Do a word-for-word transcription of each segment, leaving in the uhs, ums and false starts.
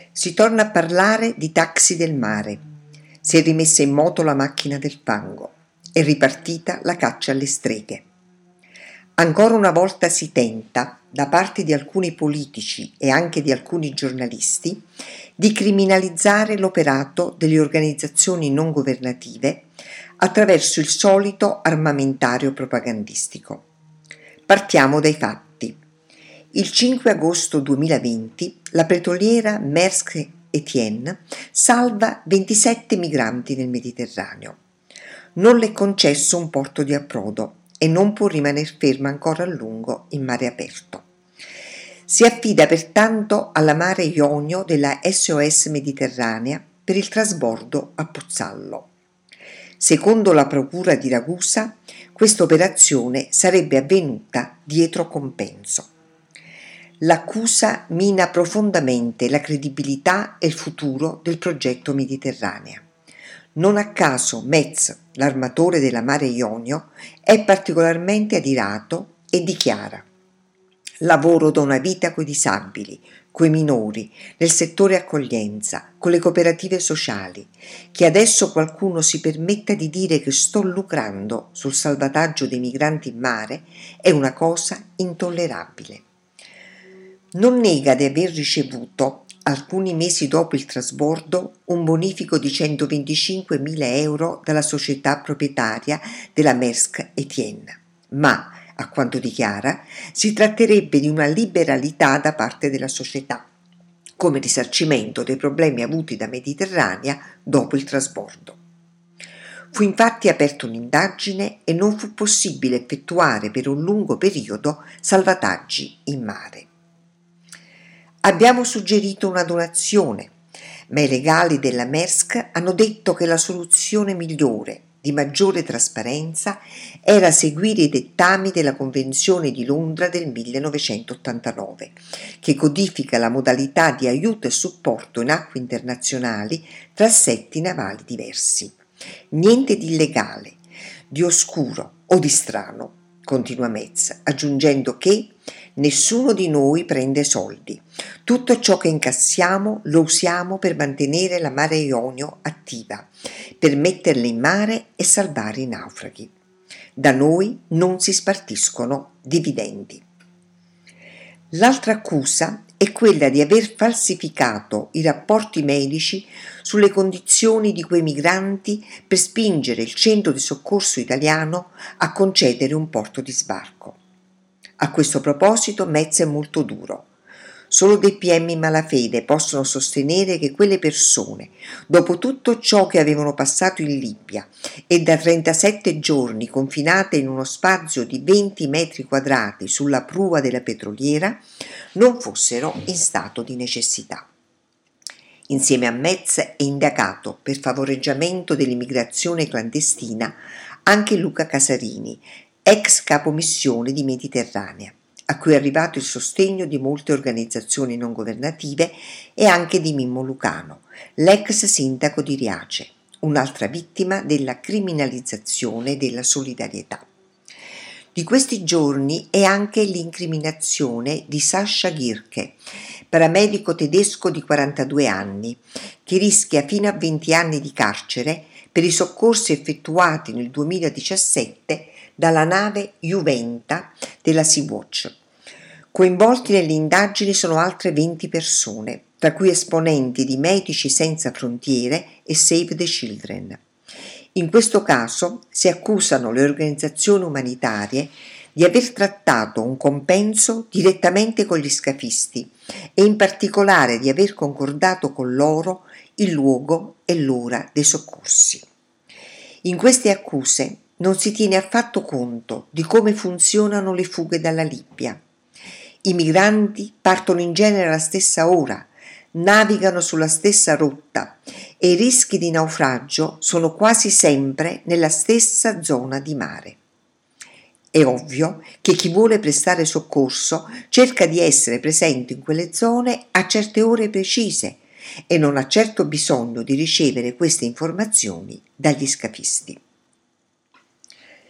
Si torna a parlare di taxi del mare. Si è rimessa in moto la macchina del fango. È ripartita la caccia alle streghe. Ancora una volta si tenta, da parte di alcuni politici e anche di alcuni giornalisti, di criminalizzare l'operato delle organizzazioni non governative attraverso il solito armamentario propagandistico. Partiamo dai fatti. Il cinque agosto duemilaventi la petroliera Maersk Etienne salva ventisette migranti nel Mediterraneo. Non le è concesso un porto di approdo e non può rimanere ferma ancora a lungo in mare aperto. Si affida pertanto alla Mare Ionio della S O S Mediterranea per il trasbordo a Pozzallo. Secondo la procura di Ragusa, questa operazione sarebbe avvenuta dietro compenso. L'accusa mina profondamente la credibilità e il futuro del progetto Mediterranea. Non a caso Metz, l'armatore della Mare Ionio, è particolarmente adirato e dichiara: lavoro da una vita coi disabili, coi minori, nel settore accoglienza, con le cooperative sociali. Che adesso qualcuno si permetta di dire che sto lucrando sul salvataggio dei migranti in mare è una cosa intollerabile. Non nega di aver ricevuto, alcuni mesi dopo il trasbordo, un bonifico di centoventicinquemila euro dalla società proprietaria della Maersk Etienne, ma, a quanto dichiara, si tratterebbe di una liberalità da parte della società, come risarcimento dei problemi avuti da Mediterranea dopo il trasbordo. Fu infatti aperta un'indagine e non fu possibile effettuare per un lungo periodo salvataggi in mare. Abbiamo suggerito una donazione, ma i legali della Maersk hanno detto che la soluzione migliore, di maggiore trasparenza, era seguire i dettami della Convenzione di Londra del millenovecentottantanove, che codifica la modalità di aiuto e supporto in acque internazionali tra assetti navali diversi. Niente di illegale, di oscuro o di strano, continua Metz, aggiungendo che nessuno di noi prende soldi. Tutto ciò che incassiamo lo usiamo per mantenere la Mare Ionio attiva, per metterla in mare e salvare i naufraghi. Da noi non si spartiscono dividendi. L'altra accusa è quella di aver falsificato i rapporti medici sulle condizioni di quei migranti per spingere il centro di soccorso italiano a concedere un porto di sbarco. A questo proposito Metz è molto duro. Solo dei P M in malafede possono sostenere che quelle persone, dopo tutto ciò che avevano passato in Libia e da trentasette giorni confinate in uno spazio di venti metri quadrati sulla prua della petroliera, non fossero in stato di necessità. Insieme a Metz è indagato per favoreggiamento dell'immigrazione clandestina anche Luca Casarini, ex capomissione di Mediterranea, a cui è arrivato il sostegno di molte organizzazioni non governative e anche di Mimmo Lucano, l'ex sindaco di Riace, un'altra vittima della criminalizzazione della solidarietà. Di questi giorni è anche l'incriminazione di Sascha Gierke, paramedico tedesco di quarantadue anni, che rischia fino a venti anni di carcere per i soccorsi effettuati nel duemiladiciassette dalla nave Juventa della Sea-Watch. Coinvolti nelle indagini sono altre venti persone, tra cui esponenti di Medici Senza Frontiere e Save the Children. In questo caso si accusano le organizzazioni umanitarie di aver trattato un compenso direttamente con gli scafisti e in particolare di aver concordato con loro il luogo e l'ora dei soccorsi. In queste accuse non si tiene affatto conto di come funzionano le fughe dalla Libia. I migranti partono in genere alla stessa ora, navigano sulla stessa rotta e i rischi di naufragio sono quasi sempre nella stessa zona di mare. È ovvio che chi vuole prestare soccorso cerca di essere presente in quelle zone a certe ore precise e non ha certo bisogno di ricevere queste informazioni dagli scafisti.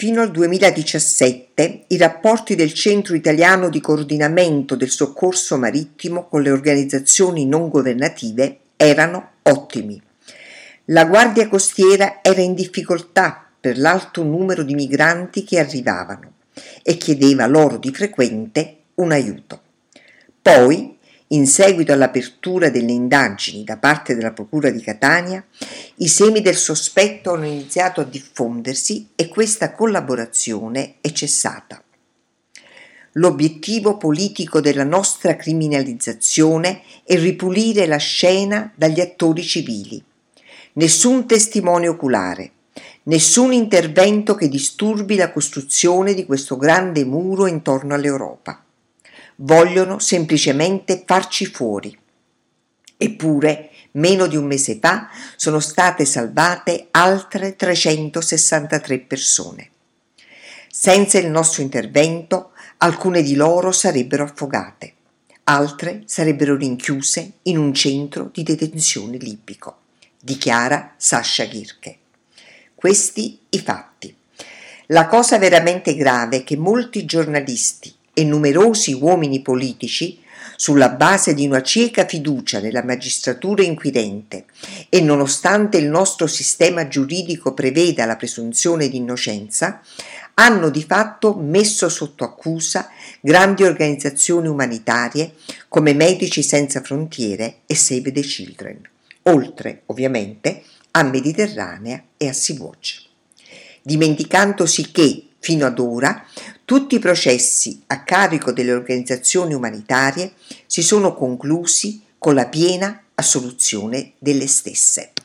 Fino al duemiladiciassette i rapporti del Centro Italiano di Coordinamento del Soccorso Marittimo con le organizzazioni non governative erano ottimi. La Guardia Costiera era in difficoltà per l'alto numero di migranti che arrivavano e chiedeva loro di frequente un aiuto. Poi, in seguito all'apertura delle indagini da parte della Procura di Catania, i semi del sospetto hanno iniziato a diffondersi e questa collaborazione è cessata. L'obiettivo politico della nostra criminalizzazione è ripulire la scena dagli attori civili. Nessun testimone oculare, nessun intervento che disturbi la costruzione di questo grande muro intorno all'Europa. Vogliono semplicemente farci fuori. Eppure, meno di un mese fa, sono state salvate altre trecentosessantatré persone. Senza il nostro intervento, alcune di loro sarebbero affogate, altre sarebbero rinchiuse in un centro di detenzione libico, dichiara Sasha Ghirche. Questi i fatti. La cosa veramente grave è che molti giornalisti e numerosi uomini politici, sulla base di una cieca fiducia nella magistratura inquirente e nonostante il nostro sistema giuridico preveda la presunzione di innocenza, hanno di fatto messo sotto accusa grandi organizzazioni umanitarie come Medici Senza Frontiere e Save the Children, oltre ovviamente a Mediterranea e a Sea-Watch, dimenticandosi che, fino ad ora, tutti i processi a carico delle organizzazioni umanitarie si sono conclusi con la piena assoluzione delle stesse.